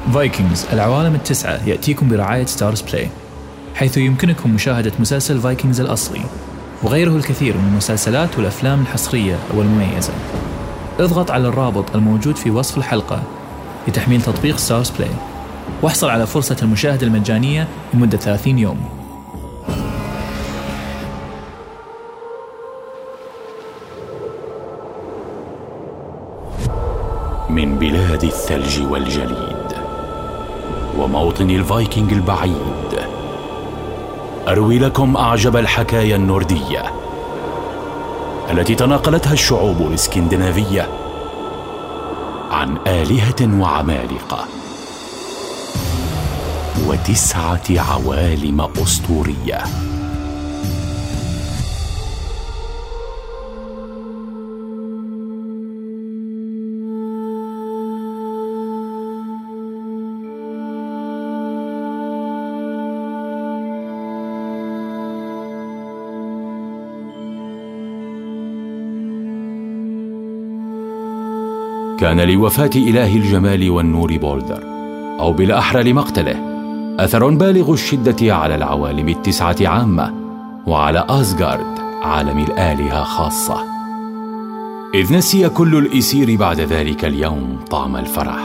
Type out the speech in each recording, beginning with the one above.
فايكنجز العوالم التسعة يأتيكم برعاية ستارز بلاي، حيث يمكنكم مشاهدة مسلسل فايكنجز الأصلي وغيره الكثير من المسلسلات والأفلام الحصرية والمميزة. اضغط على الرابط الموجود في وصف الحلقة لتحميل تطبيق ستارز بلاي، واحصل على فرصة المشاهدة المجانية لمدة 30 يوم. من بلاد الثلج والجليد وموطن الفايكنج البعيد، أروي لكم أعجب الحكايا النوردية التي تناقلتها الشعوب الإسكندنافية عن آلهة وعمالقة و9 عوالم أسطورية. كان لوفاة إله الجمال والنور بولدر، أو بالأحرى لمقتله، أثر بالغ الشدة على العوالم ال9 عامة، وعلى أسغارد عالم الآلهة خاصة، إذ نسي كل الإسير بعد ذلك اليوم طعم الفرح،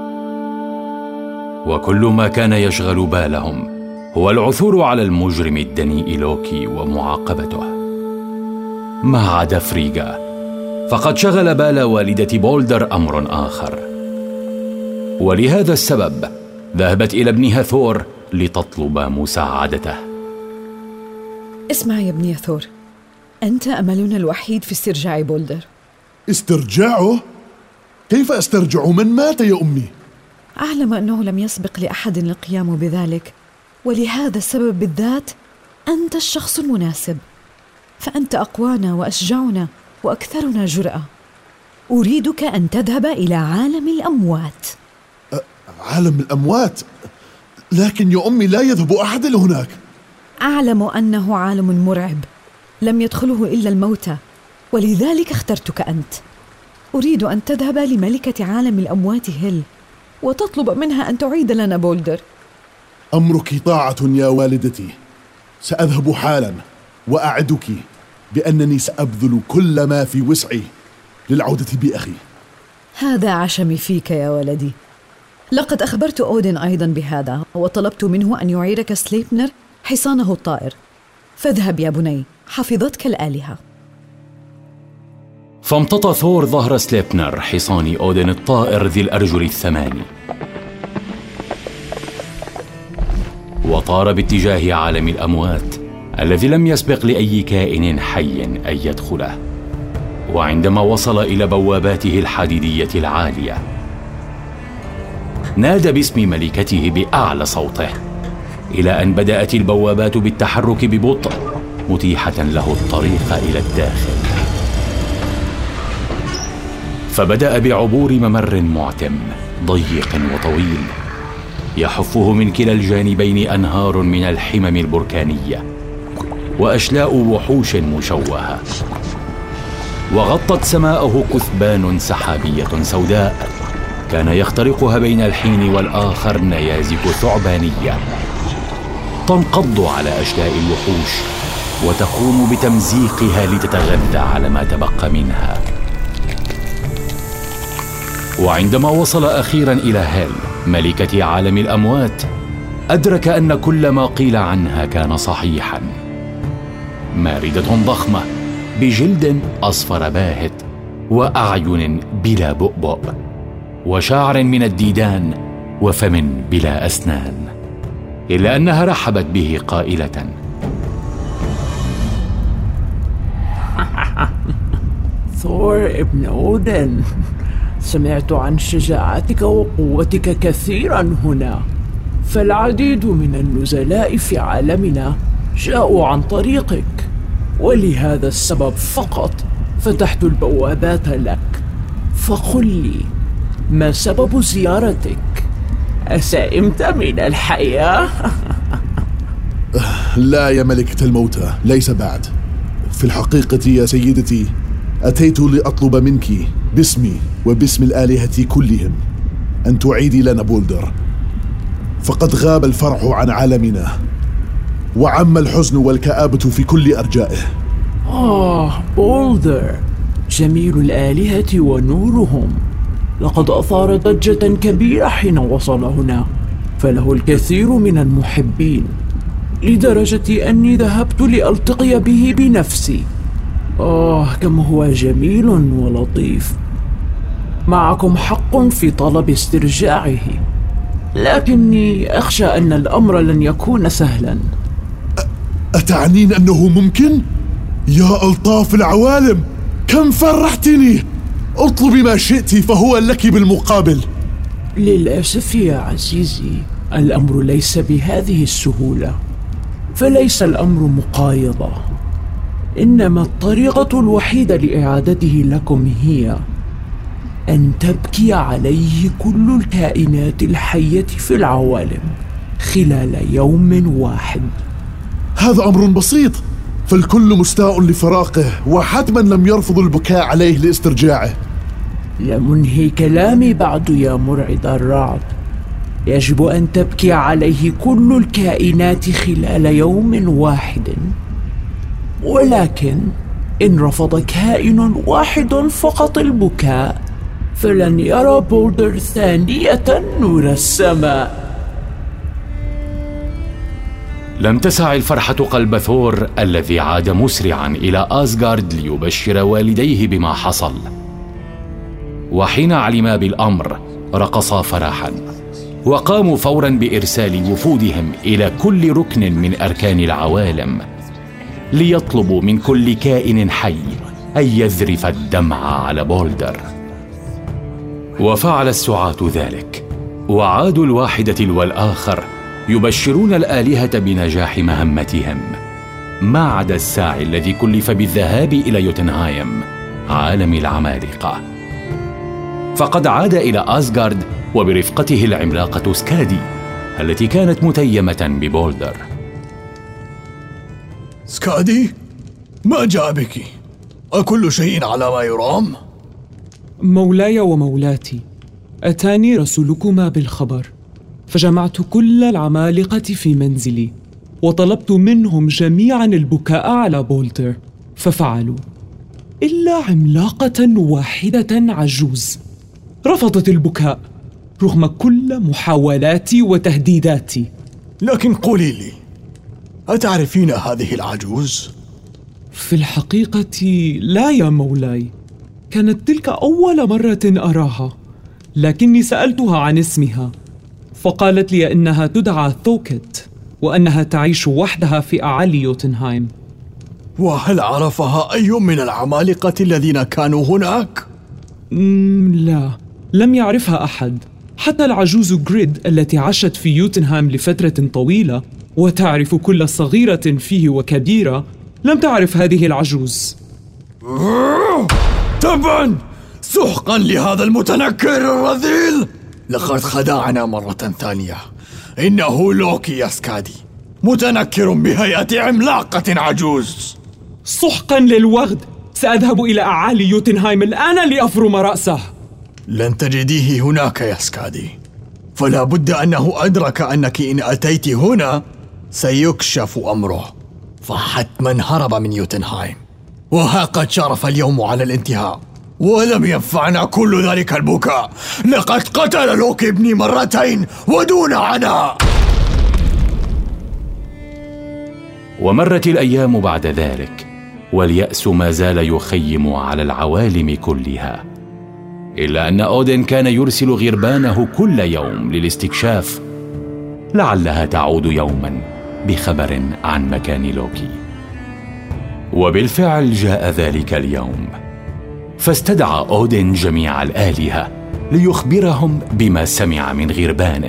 وكل ما كان يشغل بالهم هو العثور على المجرم الدنيء لوكي ومعاقبته، ما عدا فريغا، فقد شغل بال والدة بولدر أمر آخر، ولهذا السبب ذهبت إلى ابنها ثور لتطلب مساعدته. اسمع يا ابني يا ثور، أنت أملنا الوحيد في استرجاع بولدر. استرجاعه؟ كيف أسترجع من مات يا أمي؟ أعلم أنه لم يسبق لأحد القيام بذلك، ولهذا السبب بالذات أنت الشخص المناسب، فأنت أقوانا وأشجعنا وأكثرنا جرأة. أريدك أن تذهب إلى عالم الأموات. عالم الأموات؟ لكن يا أمي لا يذهب أحد لهناك. أعلم أنه عالم مرعب لم يدخله إلا الموتى، ولذلك اخترتك أنت. أريد أن تذهب لملكة عالم الأموات هيل وتطلب منها أن تعيد لنا بولدر. أمرك طاعة يا والدتي، سأذهب حالا، وأعدك بأنني سأبذل كل ما في وسعي للعودة بأخي. هذا عشمي فيك يا ولدي. لقد أخبرت أودين أيضا بهذا، وطلبت منه أن يعيرك سليبنر حصانه الطائر، فاذهب يا بني، حفظتك الآلهة. فامتطى ثور ظهر سليبنر حصان أودين الطائر ذي الأرجل ال8، وطار باتجاه عالم الأموات الذي لم يسبق لأي كائن حي أن يدخله. وعندما وصل إلى بواباته الحديدية العالية، نادى باسم ملكته بأعلى صوته، إلى أن بدأت البوابات بالتحرك ببطء، متيحة له الطريق إلى الداخل. فبدأ بعبور ممر معتم ضيق وطويل، يحفه من كلا الجانبين أنهار من الحمم البركانية وأشلاء وحوش مشوهة، وغطت سماءه كثبان سحابية سوداء كان يخترقها بين الحين والآخر نيازك ثعبانية تنقض على أشلاء الوحوش وتقوم بتمزيقها لتتغذى على ما تبقى منها. وعندما وصل أخيرا إلى هيل ملكة عالم الأموات، أدرك أن كل ما قيل عنها كان صحيحا. ماردة ضخمة بجلد أصفر باهت وأعين بلا بؤبؤ وشعر من الديدان وفم بلا أسنان، إلا أنها رحبت به قائلة: ثور ابن أودين، سمعت عن شجاعتك وقوتك كثيرا هنا، فالعديد من النزلاء في عالمنا جاءوا عن طريقك، ولهذا السبب فقط فتحت البوابات لك. فقل لي، ما سبب زيارتك؟ أسئمت من الحياة؟ لا يا ملكة الموتى، ليس بعد. في الحقيقة يا سيدتي، أتيت لأطلب منك باسمي وباسم الآلهة كلهم أن تعيدي لنا بولدر فقد غاب الفرح عن عالمنا، وعم الحزن والكآبة في كل أرجائه. بولدر، جميل الآلهة ونورهم، لقد أثار ضجة كبيرة حين وصل هنا، فله الكثير من المحبين، لدرجة أني ذهبت لألتقي به بنفسي. كم هو جميل ولطيف. معكم حق في طلب استرجاعه، لكني أخشى أن الأمر لن يكون سهلا. أتعنين أنه ممكن؟ يا ألطاف العوالم، كم فرحتني! اطلبي ما شئت فهو لك بالمقابل. للأسف يا عزيزي، الأمر ليس بهذه السهولة، فليس الأمر مقايضة، إنما الطريقة الوحيدة لإعادته لكم هي أن تبكي عليه كل الكائنات الحية في العوالم خلال يوم واحد. هذا أمر بسيط، فالكل مستاء لفراقه، وحتما لم يرفض البكاء عليه لاسترجاعه. لم أنهي كلامي بعد يا مرعد الرعد. يجب أن تبكي عليه كل الكائنات خلال يوم واحد، ولكن إن رفض كائن واحد فقط البكاء فلن يرى بولدر ثانية نور السماء. لم تسع الفرحة قلب ثور الذي عاد مسرعا إلى آسغارد ليبشر والديه بما حصل، وحين علما بالأمر رقصا فرحا، وقاموا فورا بإرسال وفودهم إلى كل ركن من أركان العوالم ليطلبوا من كل كائن حي أن يذرف الدمع على بولدر. وفعل السعاة ذلك، وعادوا الواحد تلو الآخر يبشرون الآلهة بنجاح مهمتهم، ما عدا الساعي الذي كلف بالذهاب إلى يوتنهايم عالم العمالقة. فقد عاد إلى آسغارد وبرفقته العملاقة سكادي التي كانت متيمة ببولدر. سكادي، ما جاء بك؟ أكل شيء على ما يرام؟ مولاي ومولاتي، أتاني رسولكما بالخبر، فجمعت كل العمالقة في منزلي وطلبت منهم جميعا البكاء على بولدر، ففعلوا، إلا عملاقة واحدة عجوز رفضت البكاء رغم كل محاولاتي وتهديداتي. لكن قولي لي، أتعرفين هذه العجوز؟ في الحقيقة لا يا مولاي، كانت تلك أول مرة أراها، لكني سألتها عن اسمها فقالت لي إنها تدعى ثوكت، وأنها تعيش وحدها في أعالي يوتنهايم. وهل عرفها أي من العمالقة الذين كانوا هناك؟ لا، لم يعرفها أحد، حتى العجوز جريد التي عاشت في يوتنهايم لفترة طويلة وتعرف كل صغيرة فيه وكبيرة لم تعرف هذه العجوز. تبا، سحقا لهذا المتنكر الرذيل، لقد خدعنا مرة ثانية. إنه لوكي يا سكادي، متنكر بهيئة عملاقة عجوز. سحقا للوغد، سأذهب إلى أعالي يوتنهايم الآن لأفرم رأسه. لن تجديه هناك يا سكادي، فلا بد أنه أدرك أنك إن أتيت هنا سيكشف أمره، فحتما هرب من يوتنهايم، وها قد شرف اليوم على الانتهاء، ولم ينفعنا كل ذلك البكاء. لقد قتل لوكي ابني مرتين ودون عناء. ومرت الأيام بعد ذلك، واليأس ما زال يخيم على العوالم كلها، إلا أن أودن كان يرسل غربانه كل يوم للاستكشاف، لعلها تعود يوما بخبر عن مكان لوكي. وبالفعل جاء ذلك اليوم، فاستدعى أودن جميع الآلهة ليخبرهم بما سمع من غربانه.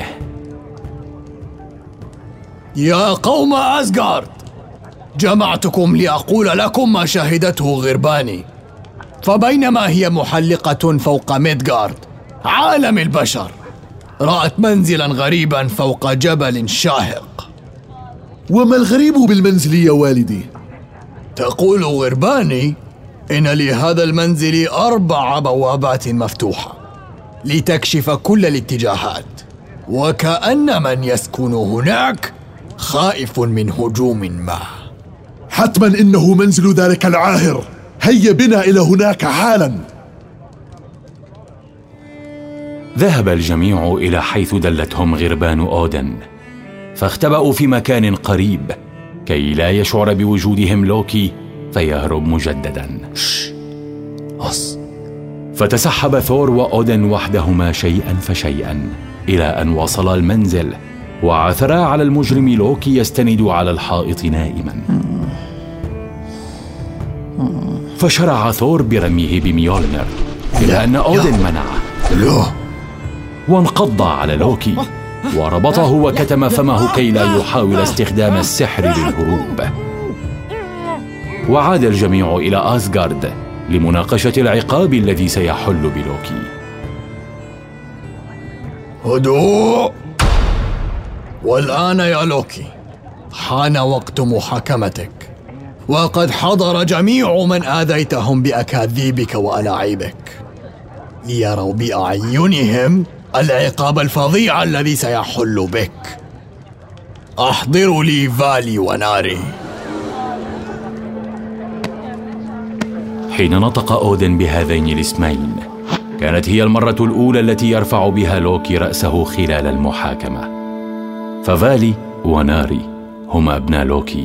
يا قوم أسغارد، جمعتكم لأقول لكم ما شهدته غرباني. فبينما هي محلقة فوق ميدغارد عالم البشر، رأت منزلا غريبا فوق جبل شاهق. وما الغريب بالمنزل يا والدي؟ تقول غرباني إن لهذا المنزل 4 بوابات مفتوحة لتكشف كل الاتجاهات، وكأن من يسكن هناك خائف من هجوم ما. حتما إنه منزل ذلك العاهر، هيا بنا إلى هناك حالا. ذهب الجميع إلى حيث دلتهم غربان أودن، فاختبأوا في مكان قريب كي لا يشعر بوجودهم لوكي فيهرب مجددا. فتسحب ثور وأودن وحدهما شيئا فشيئا إلى أن وصلا المنزل، وعثرا على المجرم لوكي يستند على الحائط نائما. فشرع ثور برميه بميولنر إلى أن أودن منعه، وانقض على لوكي وربطه وكتم فمه كي لا يحاول استخدام السحر للهروب. وعاد الجميع إلى آسغارد لمناقشة العقاب الذي سيحل بلوكي. هدوء. والآن يا لوكي حان وقت محاكمتك، وقد حضر جميع من آذيتهم بأكاذيبك وألاعيبك ليروا بأعينهم العقاب الفظيع الذي سيحل بك. أحضروا لي فالي وناري. حين نطق أودن بهذين الاسمين كانت هي المرة الأولى التي يرفع بها لوكي رأسه خلال المحاكمة، ففالي وناري هما ابنا لوكي.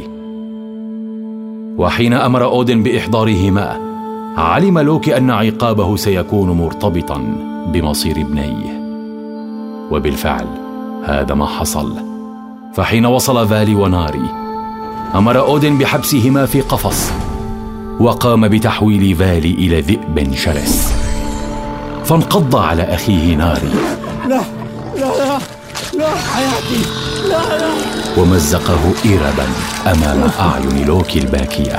وحين أمر أودن بإحضارهما علم لوكي أن عقابه سيكون مرتبطا بمصير ابنيه، وبالفعل هذا ما حصل. فحين وصل فالي وناري أمر أودن بحبسهما في قفص، وقام بتحويل فالي إلى ذئب شرس، فانقض على أخيه ناري. لا لا لا لا حياتي، لا لا، ومزقه إربا أمام أعين لوكي الباكية.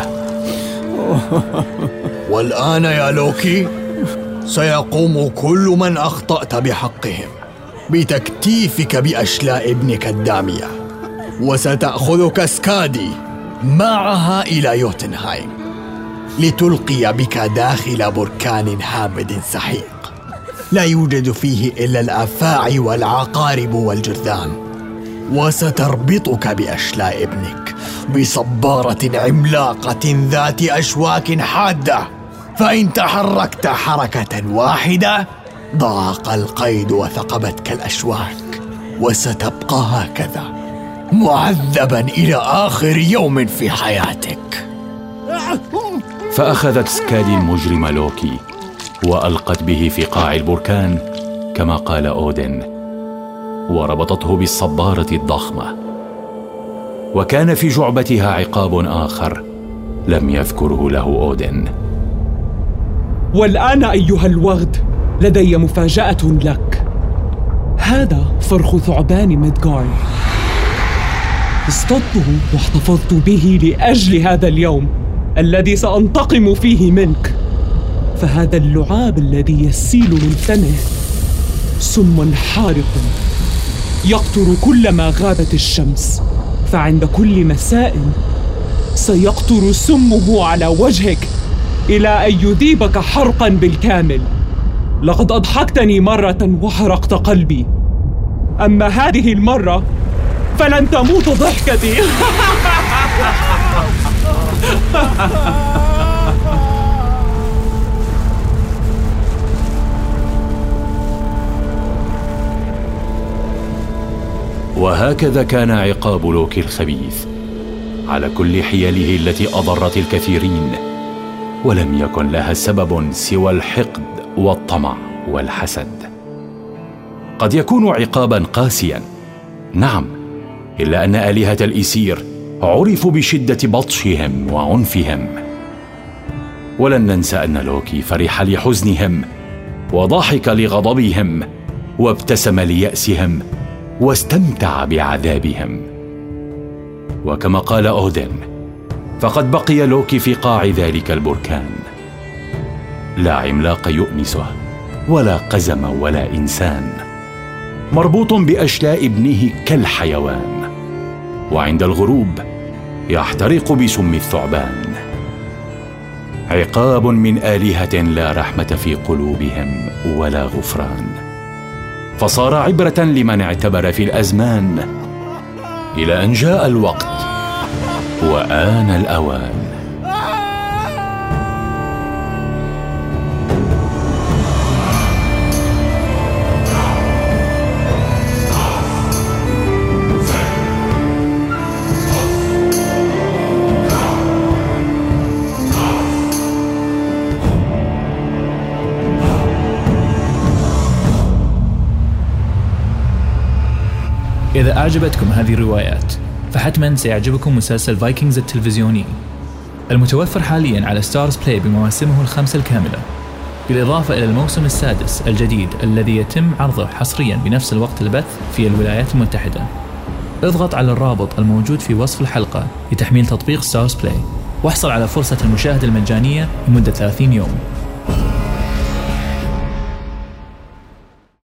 والآن يا لوكي سيقوم كل من أخطأت بحقهم بتكتيفك بأشلاء ابنك الدامية، وستأخذك سكادي معها إلى يوتنهايم لتلقي بك داخل بركان هامد سحيق لا يوجد فيه إلا الأفاعي والعقارب والجرذان، وستربطك بأشلاء ابنك بصبارة عملاقة ذات أشواك حادة، فإن تحركت حركة واحدة ضاق القيد وثقبتك الأشواك، وستبقى هكذا معذبا إلى آخر يوم في حياتك. فأخذت سكادي المجرم لوكي وألقت به في قاع البركان كما قال أودن، وربطته بالصبارة الضخمة. وكان في جعبتها عقاب آخر لم يذكره له أودن. والآن أيها الوغد لدي مفاجأة لك. هذا فرخ ثعبان ميدغارد، اصطدته واحتفظت به لأجل هذا اليوم الذي سأنتقم فيه منك. فهذا اللعاب الذي يسيل من فمه سم حارق يقطر كلما غابت الشمس، فعند كل مساء سيقطر سمه على وجهك إلى أن يذيبك حرقا بالكامل. لقد أضحكتني مرة وحرقت قلبي، أما هذه المرة فلن تموت ضحكتي. وهكذا كان عقاب لوكي الخبيث على كل حيله التي أضرت الكثيرين، ولم يكن لها سبب سوى الحقد والطمع والحسد. قد يكون عقابا قاسيا، نعم، إلا أن آلهة الإيسير عرفوا بشدة بطشهم وعنفهم. ولن ننسى أن لوكي فرح لحزنهم وضحك لغضبهم وابتسم ليأسهم واستمتع بعذابهم. وكما قال أودن، فقد بقي لوكي في قاع ذلك البركان، لا عملاق يؤنسه ولا قزم ولا إنسان، مربوط بأشلاء ابنه كالحيوان، وعند الغروب يحترق بسم الثعبان. عقاب من آلهة لا رحمة في قلوبهم ولا غفران. فصار عبرة لمن اعتبر في الأزمان، إلى أن جاء الوقت وآن الأوان. إذا أعجبتكم هذه الروايات فحتما سيعجبكم مسلسل فايكنجز التلفزيوني المتوفر حاليا على ستارز بلاي بمواسمه ال5 الكاملة، بالإضافة إلى الموسم السادس الجديد الذي يتم عرضه حصريا بنفس الوقت البث في الولايات المتحدة. اضغط على الرابط الموجود في وصف الحلقة لتحميل تطبيق ستارز بلاي واحصل على فرصة المشاهدة المجانية لمدة 30 يوم.